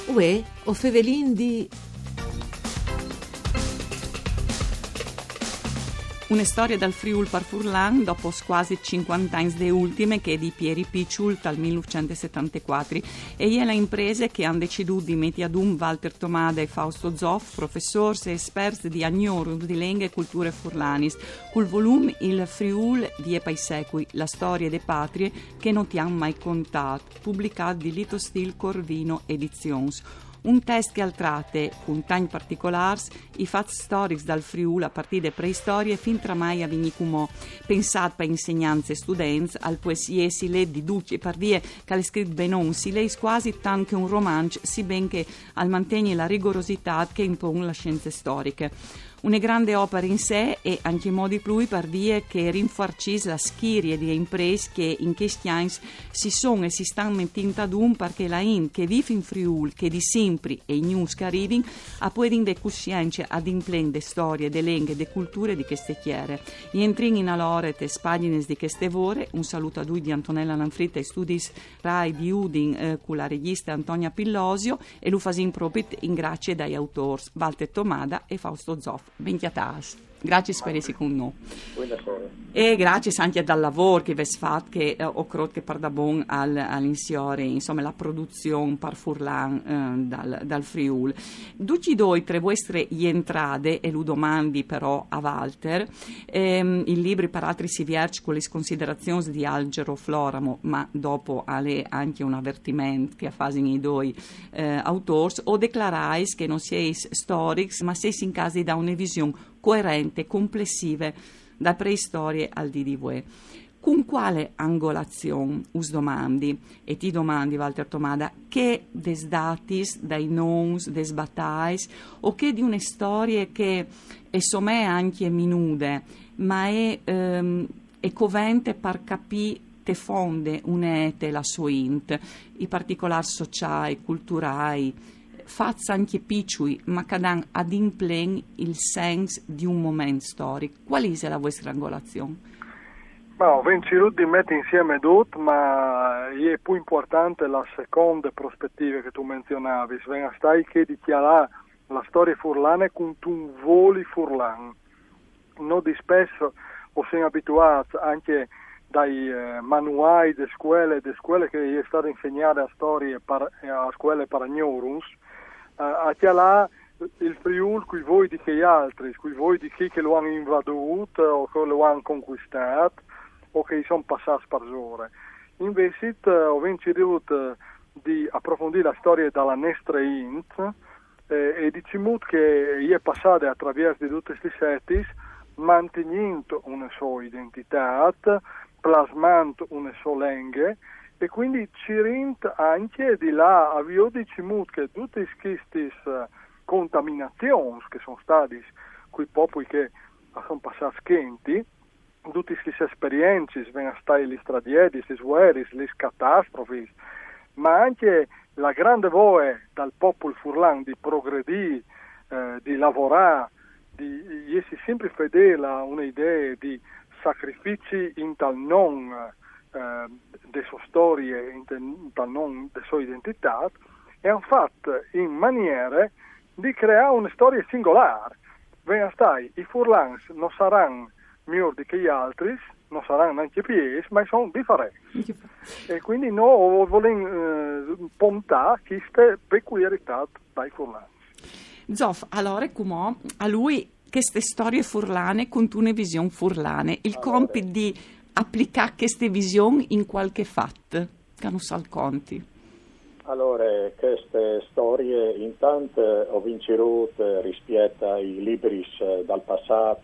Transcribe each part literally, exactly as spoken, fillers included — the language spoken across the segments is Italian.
Uè, o Fevelin di... Una storia dal Friul par Furlan dopo quasi cinquanta anni de ultime, che è di Pieri Picciul dal millenovecentosettantaquattro, e è la impresa che hanno deciduto di mettere ad un Walter Tomada e Fausto Zoff, professori e esperti di agnorum di lingue e culture furlanis, col volume Il Friul di e Paisecui, la storia delle patrie che non ti hanno mai contato, pubblicato di Lito Stil Corvino Editions. Un test che altrate, con tanti particolari, i fatti storici dal Friul a partire da preistorie fin tra mai a Vignicumò, pensato per insegnanze e studenti, al poesie si le di Ducci e Parvie, che ha scritto benon, si lei quasi tanto che un romanzo, si ben che al mantiene la rigorosità che impone le scienze storiche. Una grande opera in sé e anche in modi più per vie che rinforcisce la schirie di imprese che in questi anni si sono e si stanno mettendo ad un perché la in che vive in Friul, che di sempre e in news che arrivano, ha poi in coscienza ad implende storie, de lingue, de culture di queste chiere. Gli entrini in alore te pagine di queste vore, un saluto a lui di Antonella Lanfritta e studis Rai di Udin eh, con la regista Antonia Pillosio e lo fasin propit in grazie dai autori Walter Tomada e Fausto Zoff. Benchiatas. Grazie per essere con noi. E grazie anche dal lavoro che avete fatto, che eh, ho creduto che per da buon al, all'insiore, insomma, la produzione per Furlan eh, dal, dal Friul. Duci doi tre vostre entrate, e lo domandi però a Walter, ehm, il libro per altri si vierge con le considerazioni di Algero Floramo, ma dopo alle anche un avvertimento che fanno i due eh, autori, o declarais che non siete storici, ma siete in casi da una visione coerente, complessive, da preistorie al D D V. Con quale angolazione us domandi, e ti domandi, Walter Tomada, che des datis, dai noms, des batais, o che di une storie che e somè anche minude, ma è, ehm, è covente per capire te fonde un'ete la sua int, i particolari sociali, culturali, fazza anche piccoli, ma che danno ad implen il senso di un momento storico. Qual è la vostra angolazione? No, vengo di mettere insieme tutto, ma è più importante la seconda prospettiva che tu menzionavi, Sven stai che dichiara la storia furlana con un voli furlan. Noi di spesso o siamo abituati anche dai eh, manuali delle scuole, delle scuole che è stato insegnato a storie par, a scuole per ignorums, a chialà il Friul qui voi di che altri, qui voi di chi che lo hanno invaduto o che lo hanno conquistato o che sono passati per ore. Invece ho venciuto di approfondire la storia dalla nostra int eh, e diciamo che è passata attraverso di tutti questi seti mantenendo una sua identità, plasmando una sua lingua, e quindi ci rint anche di là avvio diciamo che tutte queste contaminazioni che sono state quei popoli che sono passati schenti, tutte queste esperienze, vengono state le tragedie, le guerre, le catastrofi, ma anche la grande voglia dal popolo furlan di progredire, eh, di lavorare, di essere sempre fedele a un'idea di sacrifici in tal non eh, delle sue storie, in tal non delle sue identità, e hanno fatto in maniera di creare una storia singolare. Venga stai, i furlans non saranno migliori che gli altri, non saranno neanche più, ma sono differenti. E quindi noi vogliamo eh, puntare queste peculiarità dai furlans. Zoff, allora come a lui queste storie furlane con una visione furlane, il allora, compito di applicare queste visioni in qualche fatto, che non sa conti. Allora, queste storie intanto ho vinciuto rispetto ai libri dal passato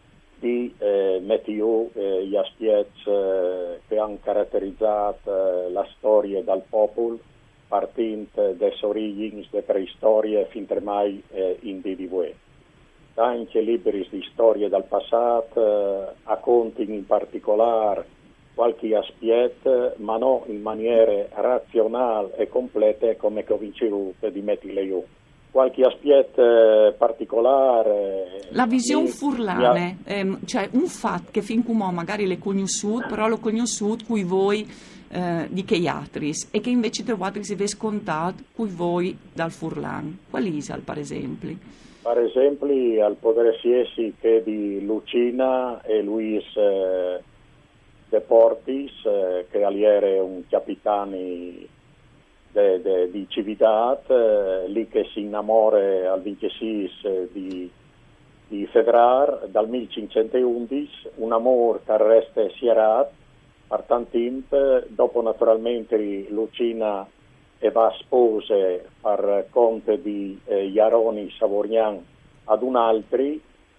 di eh, meteo eh, gli aspetti eh, che hanno caratterizzato eh, la storia dal popolo, partendo dalle origini, dalle preistorie, fin mai eh, in D D V. Anche libri di storia dal passato, eh, a conti in particolare qualche aspetto, ma non in maniera razionale e completa come che ho vinceruto di mettere io. Qualche aspetto particolare. La visione furlane, ehm, cioè un fatto che fin come magari le conosciuto, però lo conosciuto cui voi eh, di che atris e che invece trovate si ve scontato qui voi dal Furlan. Quali isal, per esempio? Per esempio, al potere siesi che di Lucina e Luis eh, De Portis, eh, che aliere un capitani de, de, di Civitat, eh, lì che si innamora al ventisei eh, di, di febbraio dal millecinquecentoundici, un amore che resta sierat per tanto tempo, dopo naturalmente Lucina e va spose per conto di eh, Jaroni Savorgnan ad un altri,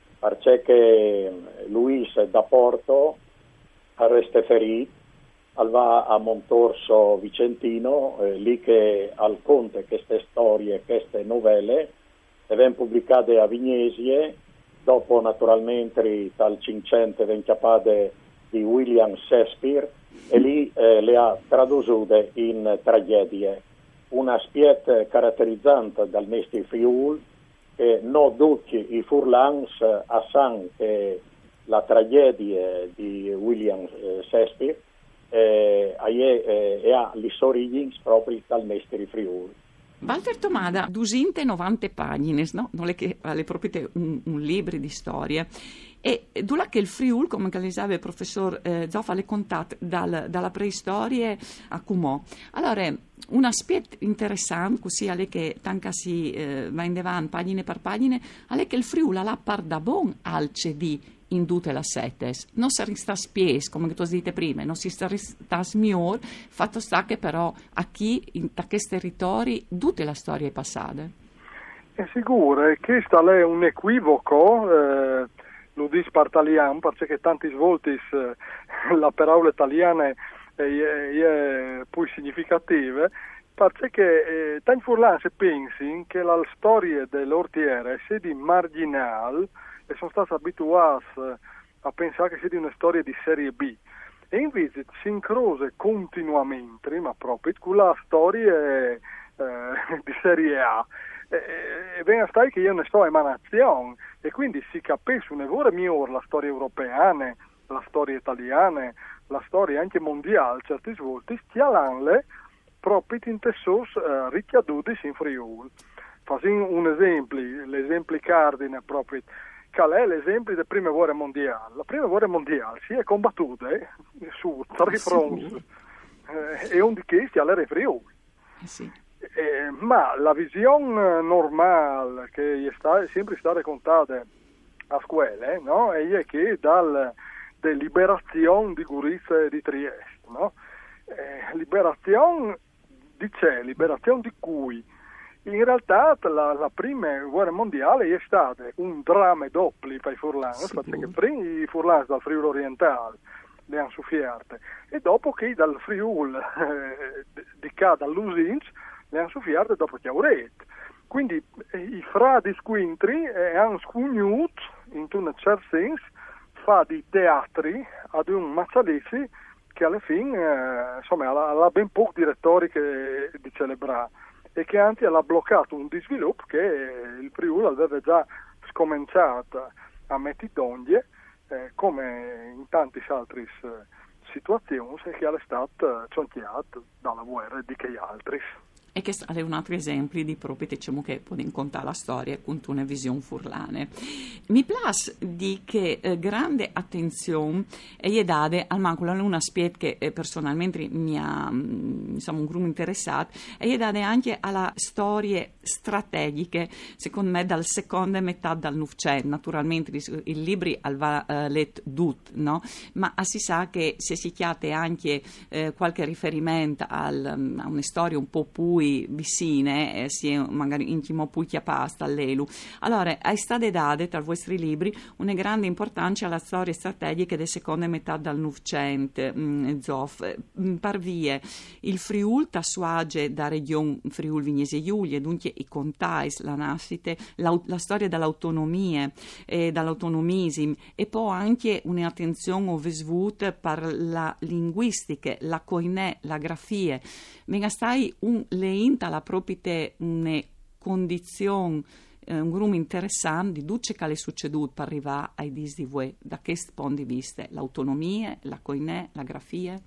perché Luis da Porto resta ferito, al va a Montorso Vicentino, eh, lì che al conte queste storie, queste novelle, e vengono pubblicate a Vignesie, dopo naturalmente dal cinquecentoventi di William Shakespeare, e lì eh, le ha tradotte in tragedie. Una spiet caratterizzante dal mestiere Friul, che non tutti i Furlans a san che la tragedia di William eh, Shakespeare eh, eh, e ha le sue origini proprio dal mestiere Friul. Walter Tomada, duecentonovanta pagine, no? Non è che è proprio un, un libro di storie. E dura che il Friul, come che le sa il professor eh, Zoffa, le contate dal, dalla preistoria a Cumò. Allora, un aspetto interessante, così è che tanca si eh, va in avanti, pagine per pagine, è che il Friul ha la par da bon al C D in tutte le settes. Non si sta spies, come tu dite prima, non si sta smior, fatto sta che però a chi in questi territori tutte le storie passate. È sicuro che questo è un equivoco, eh, lo dice per italiano, perché tanti svolti eh, la parola italiana è, è, è più significativa, perché eh, tanti furlan si pensi che la storia dell'ortiere sia di marginale e sono stati abituati a pensare che sia di una storia di serie B, e invece si incrocia continuamente, ma proprio con la storia eh, di serie A. E viene a stare che io ne sto emanazione, e quindi si capisce un'evora migliore la storia europea, la storia italiana, la storia anche mondiale, certi svolti, stialanle proprio in tessos uh, richiaduti in Friuli. Facciamo un esempio, l'esempio cardine proprio, che è l'esempio della prima guerra mondiale. La prima guerra mondiale si è combattuta eh, su tre fronti, eh, e un di questi era il Friuli. Eh sì. Eh, ma la visione normale che è, sta, è sempre stata raccontata a scuola, eh, no? È che dalla liberazione di Gorizia e di Trieste, no? Eh, liberazione di c'è, liberazione di cui? In realtà la, la prima guerra mondiale è stata un dramma doppio per i furlani, perché prima i furlani dal Friuli orientale le hanno sofferto, e dopo che dal Friuli eh, di qua dall'Usins le hanno sofferto dopo Chiauret. Quindi eh, i frati squintri eh, hanno scugnuto, in un certo senso, fa di teatri ad un Mazzalizi che alla fine eh, insomma ha ben pochi direttori che, di celebrare, e che anzi ha bloccato un sviluppo che il Friuli aveva già scominciato a mettere d'onde, eh, come in tante altre eh, situazioni, e che è stato cionchiato dalla guerra di che altri. E che è un altro esempio di proprio diciamo che può incontrare la storia con una visione furlane. Mi piace di che eh, grande attenzione è data al mancolo un aspetto che eh, personalmente mi ha insomma un gruppo interessato, è data anche alla storie strategiche, secondo me dal seconda metà del Novecento. Naturalmente il libro va uh, let dut, no? Ma si sa che se si chiate anche eh, qualche riferimento al, um, a una storia un po' più vicine, eh, si è magari intimo più chiapasta all'elu. Allora, è stata data tra i vostri libri una grande importanza alla storia strategica della seconda metà del Novecento, mm, Zoff. Mm, per vie, il Friul tassuage da regione Friul Vignese Giulia, dunque i contais, la nascita, la, la storia dell'autonomia e dall'autonomism, e poi anche un'attenzione ovesvuta per la linguistica, la coinè, la grafia. Venga stai un leinta la propria una condizione, eh, un gruppo interessante di tutto che è succeduto per arrivare ai dis di voi, da questo punto di vista, l'autonomia, la coinè, la grafia?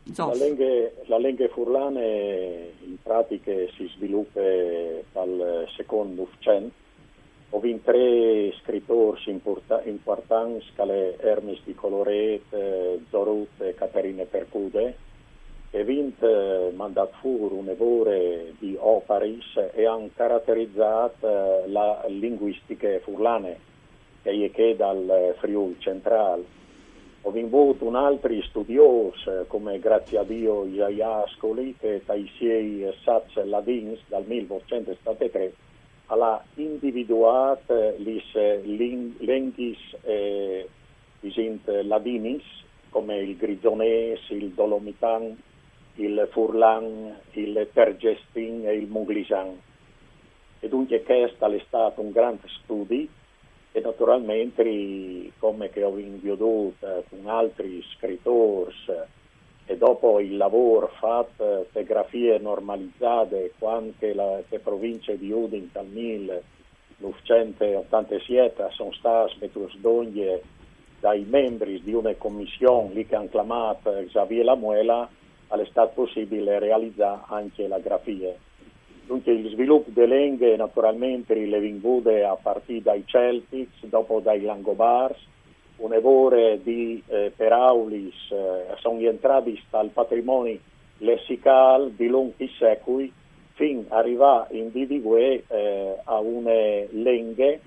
La lingua, la lingua furlane in pratica si sviluppa dal secondo Novecento. Ho vinto tre scrittori importanti, come Hermes di Coloret, Zorut e Caterine Percude, e vinto mandato fuori un evore di operis e hanno caratterizzato la linguistica furlane, che è dal Friuli centrale. Ho vinto un altro studioso, come grazie a Dio Iaiascoli, che dai suoi Satz Ladins dal millenovecentottantatré ha individuato le linguis eh, ladinis, come il grigionnese, il dolomitan, il furlan, il tergestin e il muglisan. E dunque questo è stato un grande studio. E naturalmente, come che ho inviato con altri scrittori, e dopo il lavoro fatto per grafie normalizzate, anche le province di Udine dal millenovecentottantasette sono state mettute dai membri di una commissione lì che hanno chiamato Xavier Lamuela, è stato possibile realizzare anche la grafia. Dunque il sviluppo delle lingue naturalmente le vingude a partire dai Celtics, dopo dai Langobards, un evore di eh, Peraulis eh, sono entrati dal patrimonio lessicale di lunghi secoli fin arrivare in individue eh, a una lingue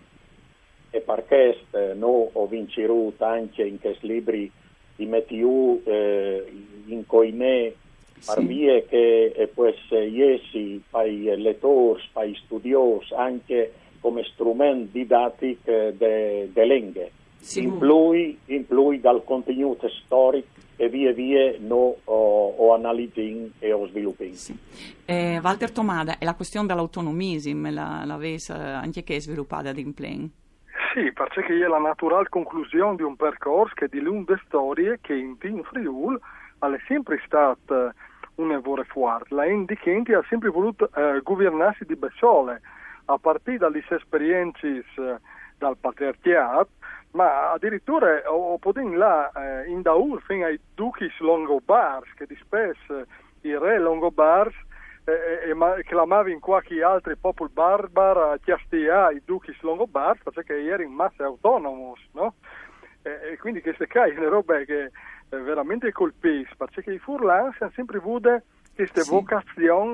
e per questo noi ho vinciuto anche in questi libri di Metiu eh, in coinè per via che eh, può essere per i lettori, per i studiosi, anche come strumento didattico delle de lingue. Sì. Influi, influi dal contenuto storico e via via no, o, o analizzato e o sviluppato. Sì. Eh, Walter Tomada, è la questione dell'autonomismo, la, la vesa anche che è sviluppata in Plain. Sì, perché è la naturale conclusione di un percorso che di lunghe storie che in Team Friuli è sempre stata un evore forte. La Indichenti ha sempre voluto eh, governarsi di Bessole, a partire dalle esperienze eh, dal patriarcato, ma addirittura ho potuto là eh, in Daur fino ai duchi longobards, che di spesso i re longobards eh, eh, chiamavano in qualche altro popolo barbaro a chiastia i duchi longobards perché erano in massa autonomi, no? E, e quindi queste cose sono robe che eh, veramente colpiscono, perché i furlani hanno sempre avuto questa sì. vocazione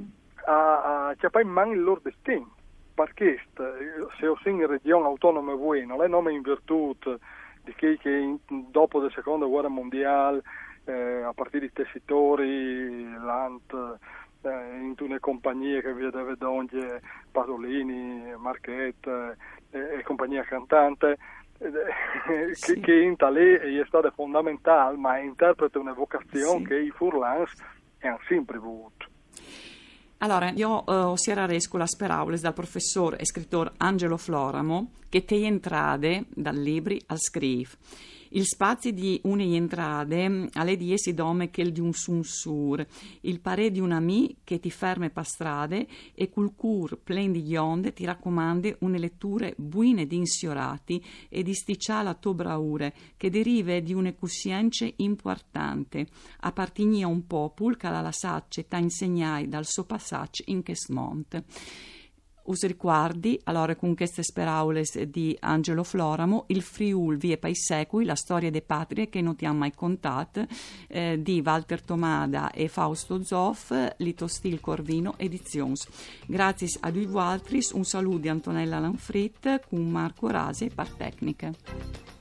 a, a chiappare in mano il loro destino. Perché se ho in regione autonoma voi, non è nome in virtù di chi che in, dopo la seconda guerra mondiale, eh, a partire di tessitori, l'Ant, eh, in una compagnia che vi deve donge Pasolini, Marchette eh, e compagnia cantante, eh, sì. che, che in tale è stata fondamentale, ma interpreta una vocazione sì. che i furlans hanno sempre avuto. Allora, io uh, osservaresco la speraules dal professor e scrittore Angelo Floramo che te entrade dal libri al scriv. Il spazio di une entrade alle die si dome che il di un sunsur, il pare di un ami che ti ferme per strade e cul cur plen di ionde ti raccomande une letture buine di insiorati e di sticciala to braure che derive di une cussience importante, appartigni a un popul che alla sacce ta insegnai dal suo passaggio in Chesmont. Us ricordi, allora con queste speraules di Angelo Floramo, il Friul vie pai secui, la storia delle patrie che non ti hanno mai contato, eh, di Walter Tomada e Fausto Zoff, Litostil Corvino Editions. Grazie a due altri, un saluto di Antonella Lanfrit con Marco Rasi per tecniche.